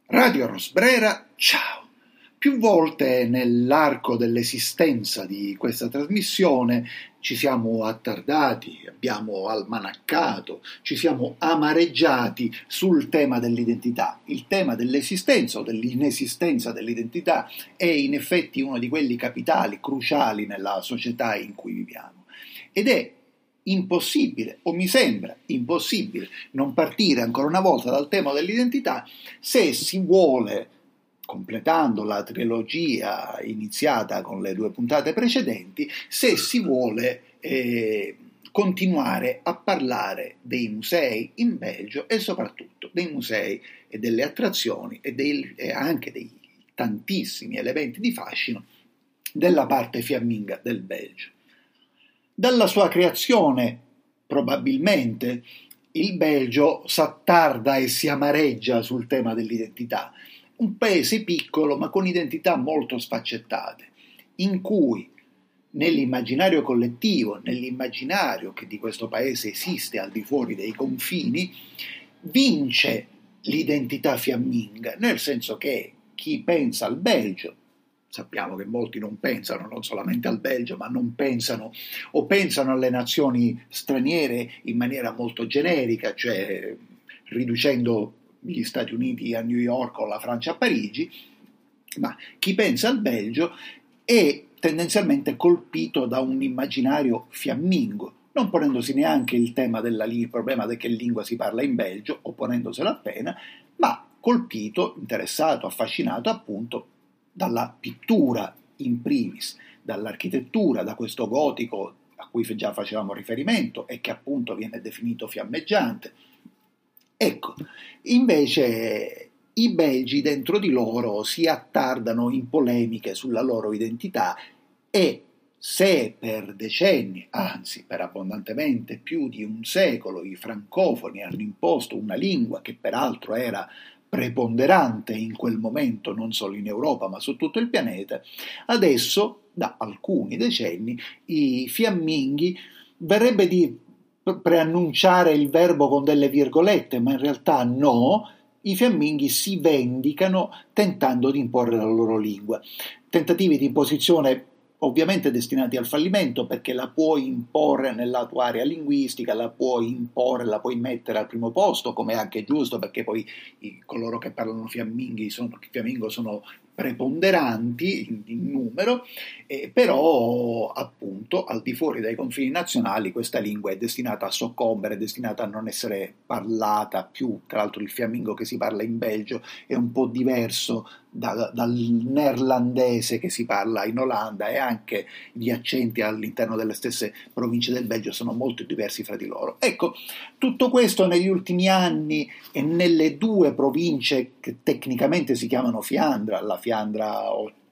Radio Rosbrera, ciao! Più volte nell'arco dell'esistenza di questa trasmissione ci siamo attardati, abbiamo almanaccato, ci siamo amareggiati sul tema dell'identità. Il tema dell'esistenza o dell'inesistenza dell'identità è in effetti uno di quelli capitali, cruciali nella società in cui viviamo. Ed è impossibile, o mi sembra impossibile, non partire ancora una volta dal tema dell'identità se si vuole, completando la trilogia iniziata con le 2 puntate precedenti, se si vuole continuare a parlare dei musei in Belgio e soprattutto dei musei e delle attrazioni e anche dei tantissimi elementi di fascino della parte fiamminga del Belgio. Dalla sua creazione, probabilmente, il Belgio s'attarda e si amareggia sul tema dell'identità. Un paese piccolo ma con identità molto sfaccettate, in cui nell'immaginario collettivo, nell'immaginario che di questo paese esiste al di fuori dei confini, vince l'identità fiamminga, nel senso che chi pensa al Belgio, sappiamo che molti non pensano non solamente al Belgio, ma non pensano o pensano alle nazioni straniere in maniera molto generica, cioè riducendo gli Stati Uniti a New York o la Francia a Parigi, ma chi pensa al Belgio è tendenzialmente colpito da un immaginario fiammingo, non ponendosi neanche il problema di che lingua si parla in Belgio, o ponendoselo appena, ma colpito, interessato, affascinato appunto dalla pittura in primis, dall'architettura, da questo gotico a cui già facevamo riferimento e che appunto viene definito fiammeggiante. Ecco, invece i belgi dentro di loro si attardano in polemiche sulla loro identità e se per decenni, anzi per abbondantemente più di un secolo, i francofoni hanno imposto una lingua che peraltro era preponderante in quel momento non solo in Europa ma su tutto il pianeta, adesso da alcuni decenni i fiamminghi, verrebbe di preannunciare il verbo con delle virgolette, ma in realtà no, i fiamminghi si vendicano tentando di imporre la loro lingua. Tentativi di imposizione ovviamente destinati al fallimento, perché la puoi imporre nella tua area linguistica, la puoi imporre, la puoi mettere al primo posto, come è anche giusto, perché poi coloro che parlano fiammingo sono preponderanti in numero, però appunto al di fuori dai confini nazionali questa lingua è destinata a soccombere, è destinata a non essere parlata più. Tra l'altro il fiammingo che si parla in Belgio è un po' diverso dal neerlandese che si parla in Olanda, e anche gli accenti all'interno delle stesse province del Belgio sono molto diversi fra di loro. Ecco, tutto questo negli ultimi anni e nelle 2 province che tecnicamente si chiamano Fiandra, la Fiandra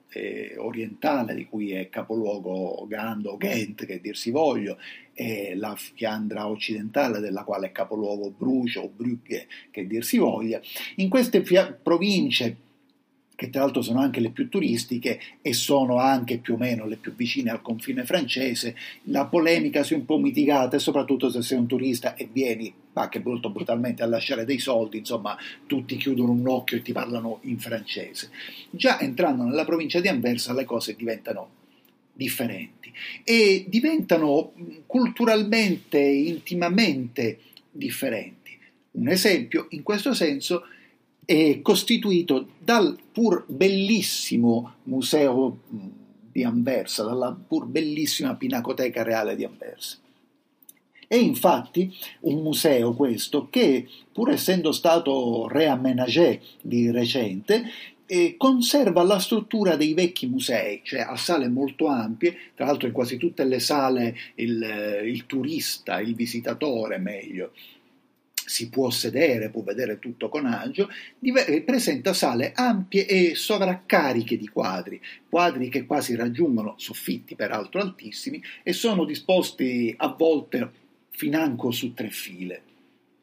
orientale di cui è capoluogo Gand o Ghent, che dir si voglio, e la Fiandra occidentale della quale è capoluogo Bruges o Brugge, che dir si voglia. In queste province, che tra l'altro sono anche le più turistiche e sono anche più o meno le più vicine al confine francese, la polemica si è un po' mitigata, e soprattutto se sei un turista e vieni anche molto brutalmente a lasciare dei soldi, insomma tutti chiudono un occhio e ti parlano in francese. Già entrando nella provincia di Anversa le cose diventano differenti e diventano culturalmente, intimamente differenti. Un esempio in questo senso è costituito dal pur bellissimo museo di Anversa, dalla pur bellissima Pinacoteca Reale di Anversa. È infatti un museo questo che, pur essendo stato réaménagé di recente, conserva la struttura dei vecchi musei, cioè ha sale molto ampie. Tra l'altro in quasi tutte le sale il turista, il visitatore meglio, si può sedere, può vedere tutto con agio, presenta sale ampie e sovraccariche di quadri che quasi raggiungono soffitti peraltro altissimi e sono disposti a volte financo su 3 file.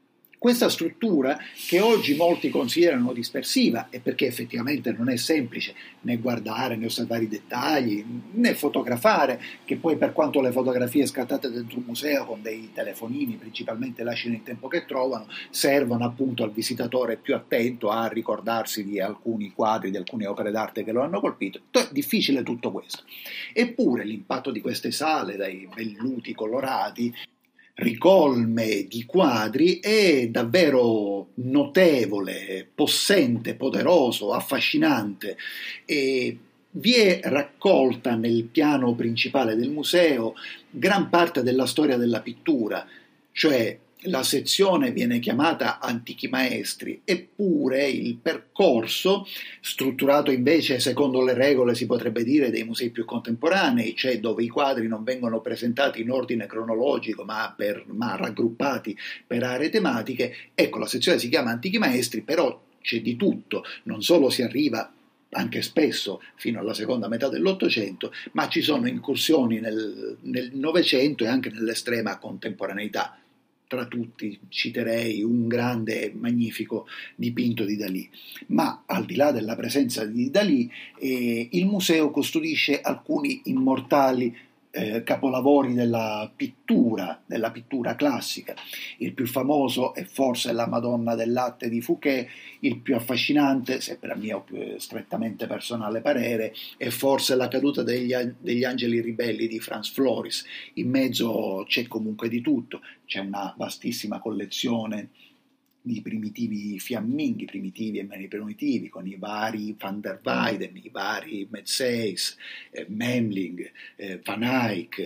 Questa struttura, che oggi molti considerano dispersiva, e perché effettivamente non è semplice né guardare, né osservare i dettagli, né fotografare, che poi per quanto le fotografie scattate dentro un museo con dei telefonini principalmente lasciano il tempo che trovano, servono appunto al visitatore più attento a ricordarsi di alcuni quadri, di alcune opere d'arte che lo hanno colpito. È difficile tutto questo. Eppure l'impatto di queste sale, dai velluti colorati, ricolme di quadri, è davvero notevole, possente, poderoso, affascinante, e vi è raccolta nel piano principale del museo gran parte della storia della pittura, cioè la sezione viene chiamata Antichi Maestri, eppure il percorso, strutturato invece secondo le regole, si potrebbe dire, dei musei più contemporanei, cioè dove i quadri non vengono presentati in ordine cronologico ma raggruppati per aree tematiche, ecco, la sezione si chiama Antichi Maestri, però c'è di tutto, non solo si arriva anche spesso fino alla seconda metà dell'Ottocento, ma ci sono incursioni nel Novecento e anche nell'estrema contemporaneità. Tra tutti citerei un grande e magnifico dipinto di Dalì. Ma al di là della presenza di Dalì, il museo custodisce alcuni immortali capolavori della pittura classica. Il più famoso è forse la Madonna del latte di Fouquet, il più affascinante, sempre a mio strettamente personale parere, è forse La caduta degli angeli ribelli di Franz Floris. In mezzo c'è comunque di tutto, c'è una vastissima collezione di primitivi fiamminghi, primitivi e meni-primitivi, con i vari Van der Weyden, i vari Metzeis, Memling, Van Eyck,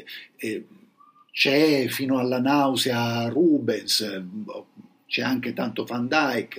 c'è fino alla nausea Rubens, c'è anche tanto Van Dyck.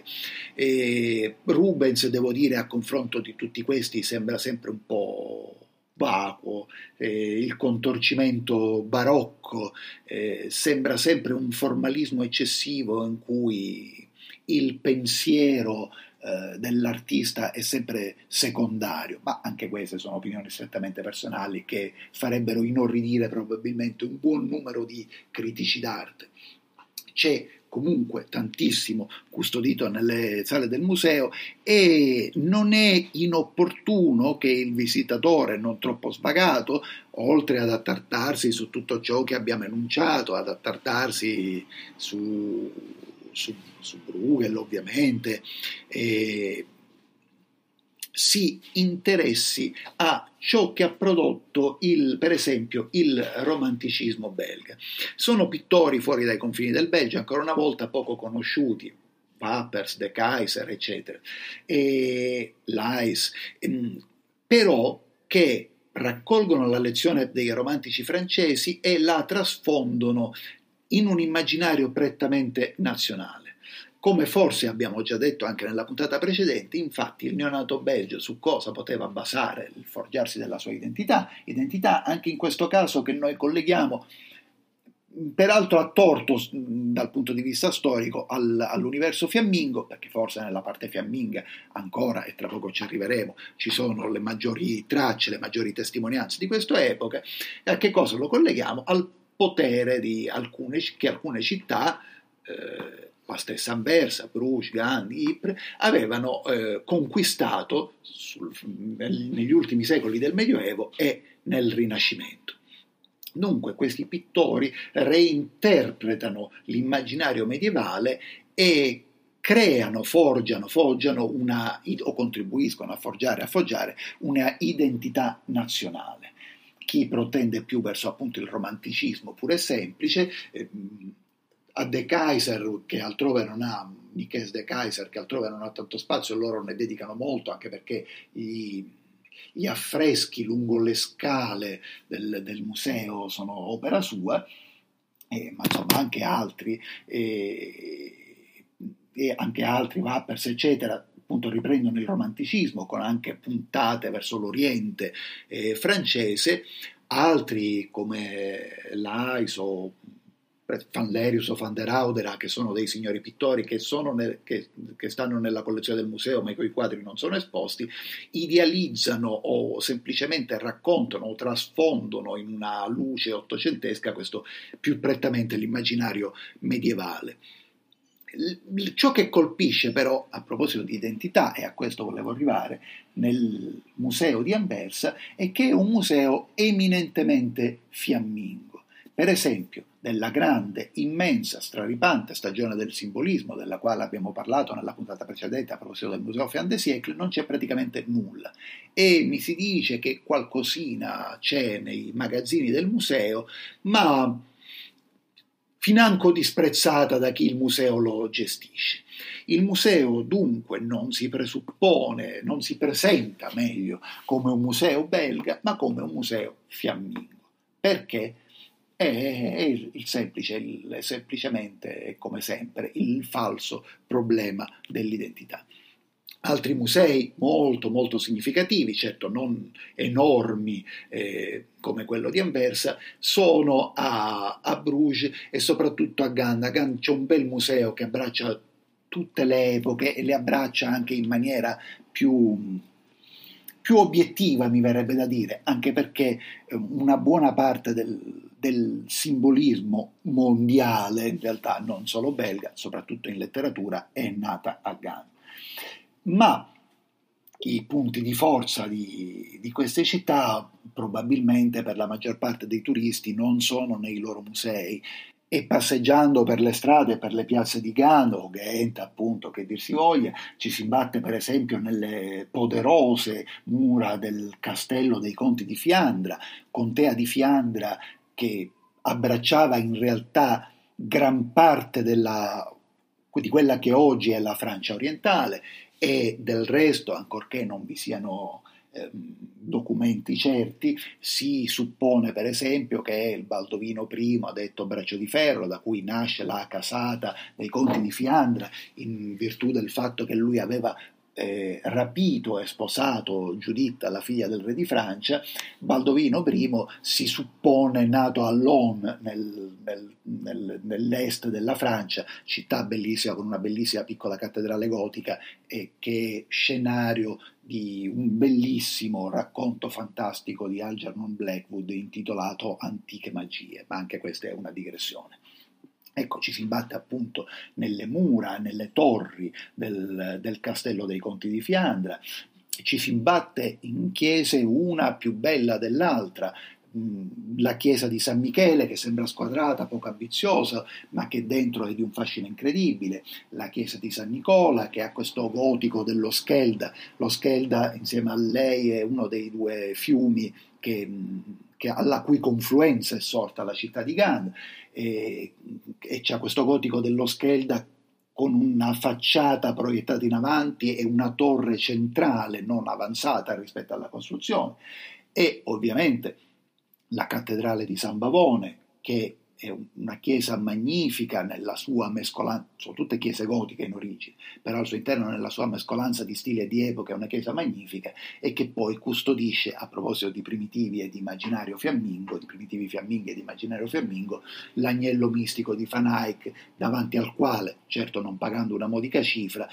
Rubens, devo dire, a confronto di tutti questi sembra sempre un po' vacuo, il contorcimento barocco, sembra sempre un formalismo eccessivo in cui il pensiero dell'artista è sempre secondario, ma anche queste sono opinioni strettamente personali che farebbero inorridire probabilmente un buon numero di critici d'arte. C'è comunque tantissimo custodito nelle sale del museo e non è inopportuno che il visitatore non troppo svagato, oltre ad attardarsi su tutto ciò che abbiamo enunciato, ad attardarsi su Bruegel ovviamente, si interessi a ciò che ha prodotto per esempio il romanticismo belga. Sono pittori fuori dai confini del Belgio, ancora una volta poco conosciuti, Papers, De Keyser, eccetera, e Leys, però che raccolgono la lezione dei romantici francesi e la trasfondono in un immaginario prettamente nazionale. Come forse abbiamo già detto anche nella puntata precedente, infatti il neonato belgio su cosa poteva basare il forgiarsi della sua identità anche in questo caso che noi colleghiamo, peraltro a torto dal punto di vista storico, all'universo fiammingo, perché forse nella parte fiamminga ancora, e tra poco ci arriveremo, ci sono le maggiori tracce, le maggiori testimonianze di questa epoca. A che cosa lo colleghiamo? Al potere che alcune città, la stessa Anversa, Bruges, Gand, Ypres, avevano conquistato negli ultimi secoli del Medioevo e nel Rinascimento. Dunque questi pittori reinterpretano l'immaginario medievale e forgiano o contribuiscono a forgiare una identità nazionale. Chi protende più verso appunto il romanticismo puro e semplice, a De Keyser, che altrove non ha, Nicaise De Keyser, che altrove non ha tanto spazio, loro ne dedicano molto, anche perché gli affreschi lungo le scale del museo sono opera sua, ma insomma anche altri, Vappers, eccetera, appunto riprendono il romanticismo con anche puntate verso l'Oriente francese. Altri come Leys o Van Lerius o Van der Oudera, che sono dei signori pittori che stanno nella collezione del museo ma i cui quadri non sono esposti, idealizzano o semplicemente raccontano o trasfondono in una luce ottocentesca questo più prettamente l'immaginario medievale. Ciò che colpisce però, a proposito di identità, e a questo volevo arrivare, nel museo di Anversa, è che è un museo eminentemente fiammingo. Per esempio, della grande, immensa, straripante stagione del simbolismo, della quale abbiamo parlato nella puntata precedente a proposito del Museo Fin de Siècle, non c'è praticamente nulla. E mi si dice che qualcosina c'è nei magazzini del museo, ma financo disprezzata da chi il museo lo gestisce. Il museo dunque non si presuppone, non si presenta meglio come un museo belga, ma come un museo fiammingo. Perché? È semplicemente, come sempre, il falso problema dell'identità. Altri musei molto molto significativi, certo non enormi come quello di Anversa, sono a Bruges e soprattutto a Gand. A Gand c'è un bel museo che abbraccia tutte le epoche e le abbraccia anche in maniera più obiettiva, mi verrebbe da dire, anche perché una buona parte del simbolismo mondiale, in realtà non solo belga, soprattutto in letteratura, è nata a Gand. Ma i punti di forza di queste città probabilmente per la maggior parte dei turisti non sono nei loro musei, e passeggiando per le strade, per le piazze di Gand o Ghent, appunto, che dir si voglia, ci si imbatte per esempio nelle poderose mura del castello dei Conti di Fiandra, contea di Fiandra che abbracciava in realtà gran parte di quella che oggi è la Francia orientale, e del resto, ancorché non vi siano documenti certi, si suppone per esempio che il Baldovino I, detto Braccio di Ferro, da cui nasce la casata dei Conti di Fiandra, in virtù del fatto che lui aveva rapito e sposato Giuditta, la figlia del re di Francia. Baldovino I si suppone nato a Laon, nell'est della Francia, città bellissima con una bellissima piccola cattedrale gotica e che è scenario di un bellissimo racconto fantastico di Algernon Blackwood intitolato Antiche magie, ma anche questa è una digressione. Ecco, ci si imbatte appunto nelle mura, nelle torri del castello dei Conti di Fiandra, ci si imbatte in chiese una più bella dell'altra, la chiesa di San Michele che sembra squadrata, poco ambiziosa, ma che dentro è di un fascino incredibile, la chiesa di San Nicola che ha questo gotico dello Schelda, lo Schelda insieme a lei è uno dei due fiumi alla cui confluenza è sorta la città di Gand, e c'è questo gotico dello Schelda con una facciata proiettata in avanti e una torre centrale non avanzata rispetto alla costruzione, e ovviamente la cattedrale di San Bavone, che è una chiesa magnifica nella sua mescolanza, sono tutte chiese gotiche in origine, però al suo interno nella sua mescolanza di stili e di epoca è una chiesa magnifica, e che poi custodisce, a proposito di primitivi e di immaginario fiammingo, di primitivi fiamminghi e di immaginario fiammingo, l'agnello mistico di Van Eyck, davanti al quale, certo non pagando una modica cifra,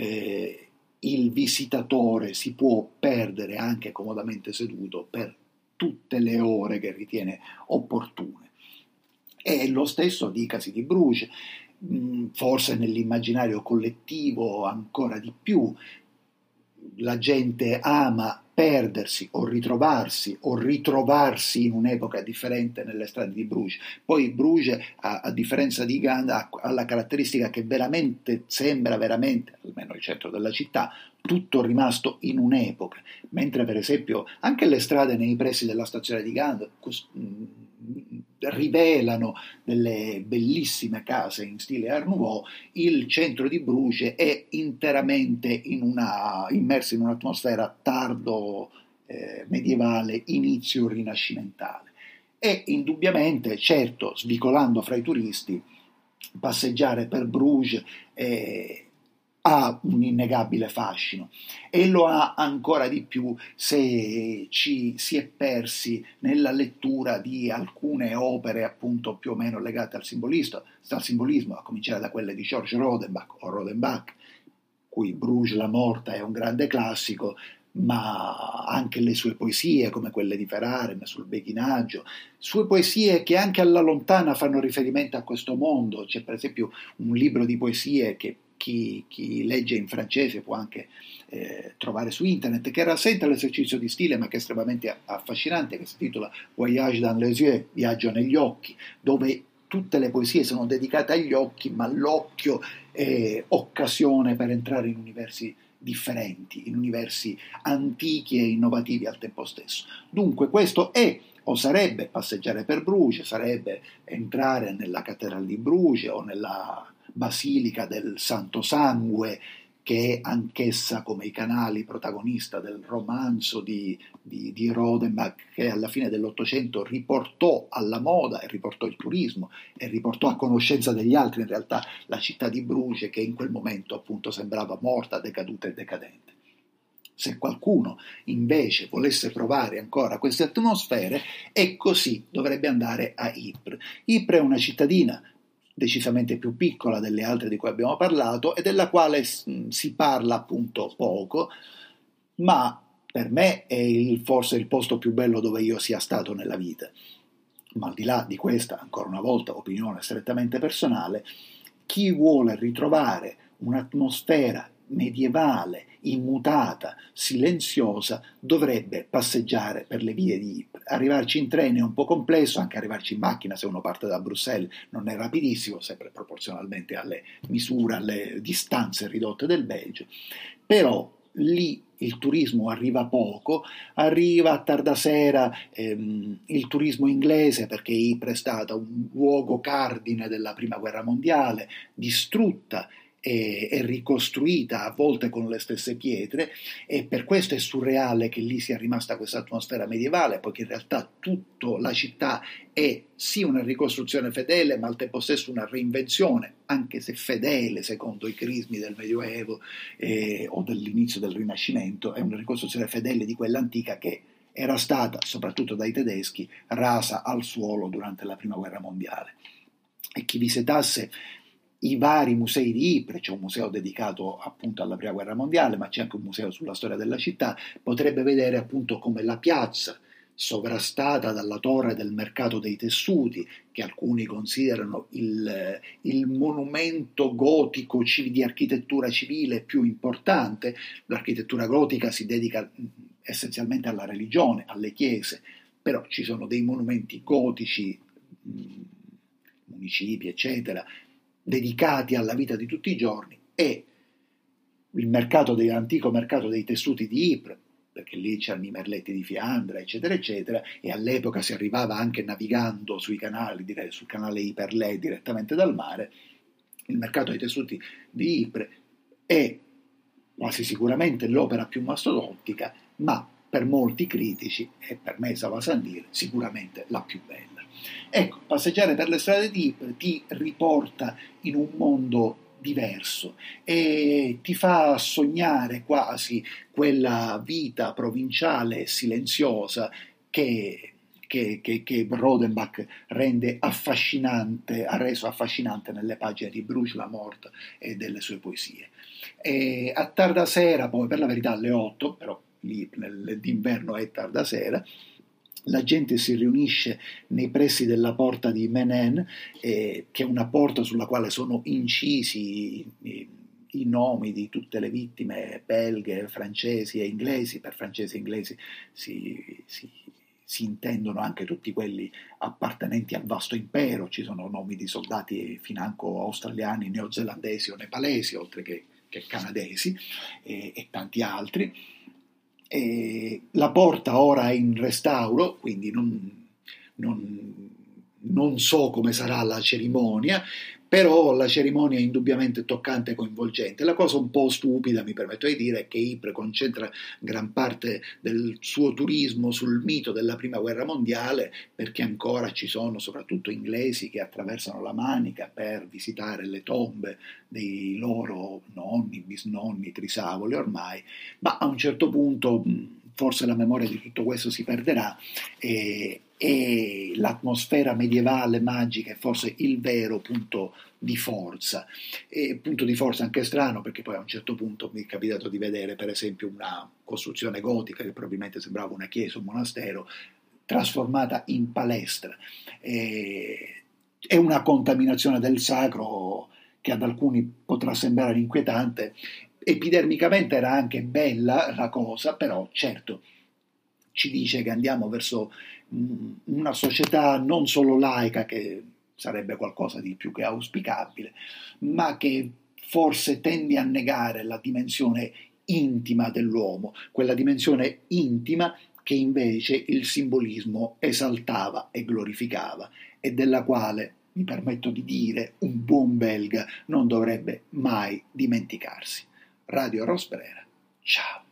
il visitatore si può perdere anche comodamente seduto per tutte le ore che ritiene opportune. E lo stesso dicasi di Bruges, forse nell'immaginario collettivo ancora di più, la gente ama perdersi o ritrovarsi in un'epoca differente nelle strade di Bruges. Poi Bruges, a differenza di Gand, ha la caratteristica che veramente sembra veramente, almeno il centro della città, tutto rimasto in un'epoca, mentre per esempio anche le strade nei pressi della stazione di Gand rivelano delle bellissime case in stile Art Nouveau. Il centro di Bruges è interamente immerso in un'atmosfera tardo medievale, inizio rinascimentale. E indubbiamente, certo, svicolando fra i turisti, passeggiare per Bruges ha un innegabile fascino, e lo ha ancora di più se ci si è persi nella lettura di alcune opere appunto più o meno legate al simbolismo, a cominciare da quelle di Georges Rodenbach, cui Bruges la morta è un grande classico, ma anche le sue poesie, come quelle di Ferraren sul beghinaggio, sue poesie che anche alla lontana fanno riferimento a questo mondo. C'è per esempio un libro di poesie che chi legge in francese può anche trovare su internet, che rasenta l'esercizio di stile ma che è estremamente affascinante, che si intitola Voyage dans les yeux, viaggio negli occhi, dove tutte le poesie sono dedicate agli occhi, ma l'occhio è occasione per entrare in universi differenti, in universi antichi e innovativi al tempo stesso. Dunque questo è o sarebbe passeggiare per Bruges, sarebbe entrare nella cattedrale di Bruges o nella Basilica del Santo Sangue, che è anch'essa come i canali protagonista del romanzo di Rodenbach, che alla fine dell'Ottocento riportò alla moda e riportò il turismo e riportò a conoscenza degli altri in realtà la città di Bruges, che in quel momento appunto sembrava morta, decaduta e decadente. Se qualcuno invece volesse provare ancora queste atmosfere, e così dovrebbe andare a Ypres. Ypres è una cittadina decisamente più piccola delle altre di cui abbiamo parlato e della quale si parla appunto poco, ma per me è forse il posto più bello dove io sia stato nella vita. Ma al di là di questa, ancora una volta, opinione strettamente personale, chi vuole ritrovare un'atmosfera medievale, immutata, silenziosa, dovrebbe passeggiare per le vie di Ypres. Arrivarci in treno è un po' complesso, anche arrivarci in macchina se uno parte da Bruxelles non è rapidissimo, sempre proporzionalmente alle misure, alle distanze ridotte del Belgio, però lì il turismo arriva poco, arriva a tarda sera il turismo inglese, perché Ypres è stata un luogo cardine della Prima Guerra Mondiale, distrutta e ricostruita a volte con le stesse pietre, e per questo è surreale che lì sia rimasta questa atmosfera medievale, poiché in realtà tutta la città è sì una ricostruzione fedele ma al tempo stesso una reinvenzione, anche se fedele secondo i crismi del Medioevo o dell'inizio del Rinascimento. È una ricostruzione fedele di quella antica che era stata, soprattutto dai tedeschi, rasa al suolo durante la Prima Guerra Mondiale. E chi visitasse i vari musei di Ypres, c'è un museo dedicato appunto alla Prima Guerra Mondiale, ma c'è anche un museo sulla storia della città, potrebbe vedere appunto come la piazza, sovrastata dalla torre del mercato dei tessuti, che alcuni considerano il monumento gotico di architettura civile più importante. L'architettura gotica si dedica essenzialmente alla religione, alle chiese, però ci sono dei monumenti gotici, municipi, eccetera, dedicati alla vita di tutti i giorni, e l'antico mercato dei tessuti di Ypres, perché lì c'erano i merletti di Fiandra, eccetera, eccetera, e all'epoca si arrivava anche navigando sui canali, sul canale Yperlé direttamente dal mare. Il mercato dei tessuti di Ypres è quasi sicuramente l'opera più mastodontica, ma per molti critici, e per me ça va sans dire, sicuramente la più bella. Ecco, passeggiare per le strade di Ypres ti riporta in un mondo diverso e ti fa sognare quasi quella vita provinciale e silenziosa che Rodenbach rende affascinante, ha reso affascinante nelle pagine di Bruges la Morte e delle sue poesie. E a tarda sera, poi per la verità alle 8, però lì d'inverno è tarda sera, la gente si riunisce nei pressi della porta di Menin, che è una porta sulla quale sono incisi i nomi di tutte le vittime belghe, francesi e inglesi. Per francesi e inglesi si intendono anche tutti quelli appartenenti al vasto impero. Ci sono nomi di soldati financo australiani, neozelandesi o nepalesi, oltre che canadesi e tanti altri. E la porta ora è in restauro, quindi non so come sarà la cerimonia, però la cerimonia è indubbiamente toccante e coinvolgente. La cosa un po' stupida, mi permetto di dire, è che Ypres concentra gran parte del suo turismo sul mito della Prima Guerra Mondiale, perché ancora ci sono soprattutto inglesi che attraversano la Manica per visitare le tombe dei loro nonni, bisnonni, trisavoli ormai, ma a un certo punto forse la memoria di tutto questo si perderà, e l'atmosfera medievale magica è forse il vero punto di forza. E punto di forza anche strano, perché poi a un certo punto mi è capitato di vedere per esempio una costruzione gotica che probabilmente sembrava una chiesa, un monastero, trasformata in palestra. È una contaminazione del sacro che ad alcuni potrà sembrare inquietante. Epidermicamente era anche bella la cosa, però certo ci dice che andiamo verso una società non solo laica, che sarebbe qualcosa di più che auspicabile, ma che forse tende a negare la dimensione intima dell'uomo, quella dimensione intima che invece il simbolismo esaltava e glorificava, e della quale, mi permetto di dire, un buon belga non dovrebbe mai dimenticarsi. Radio Rosbrera, ciao.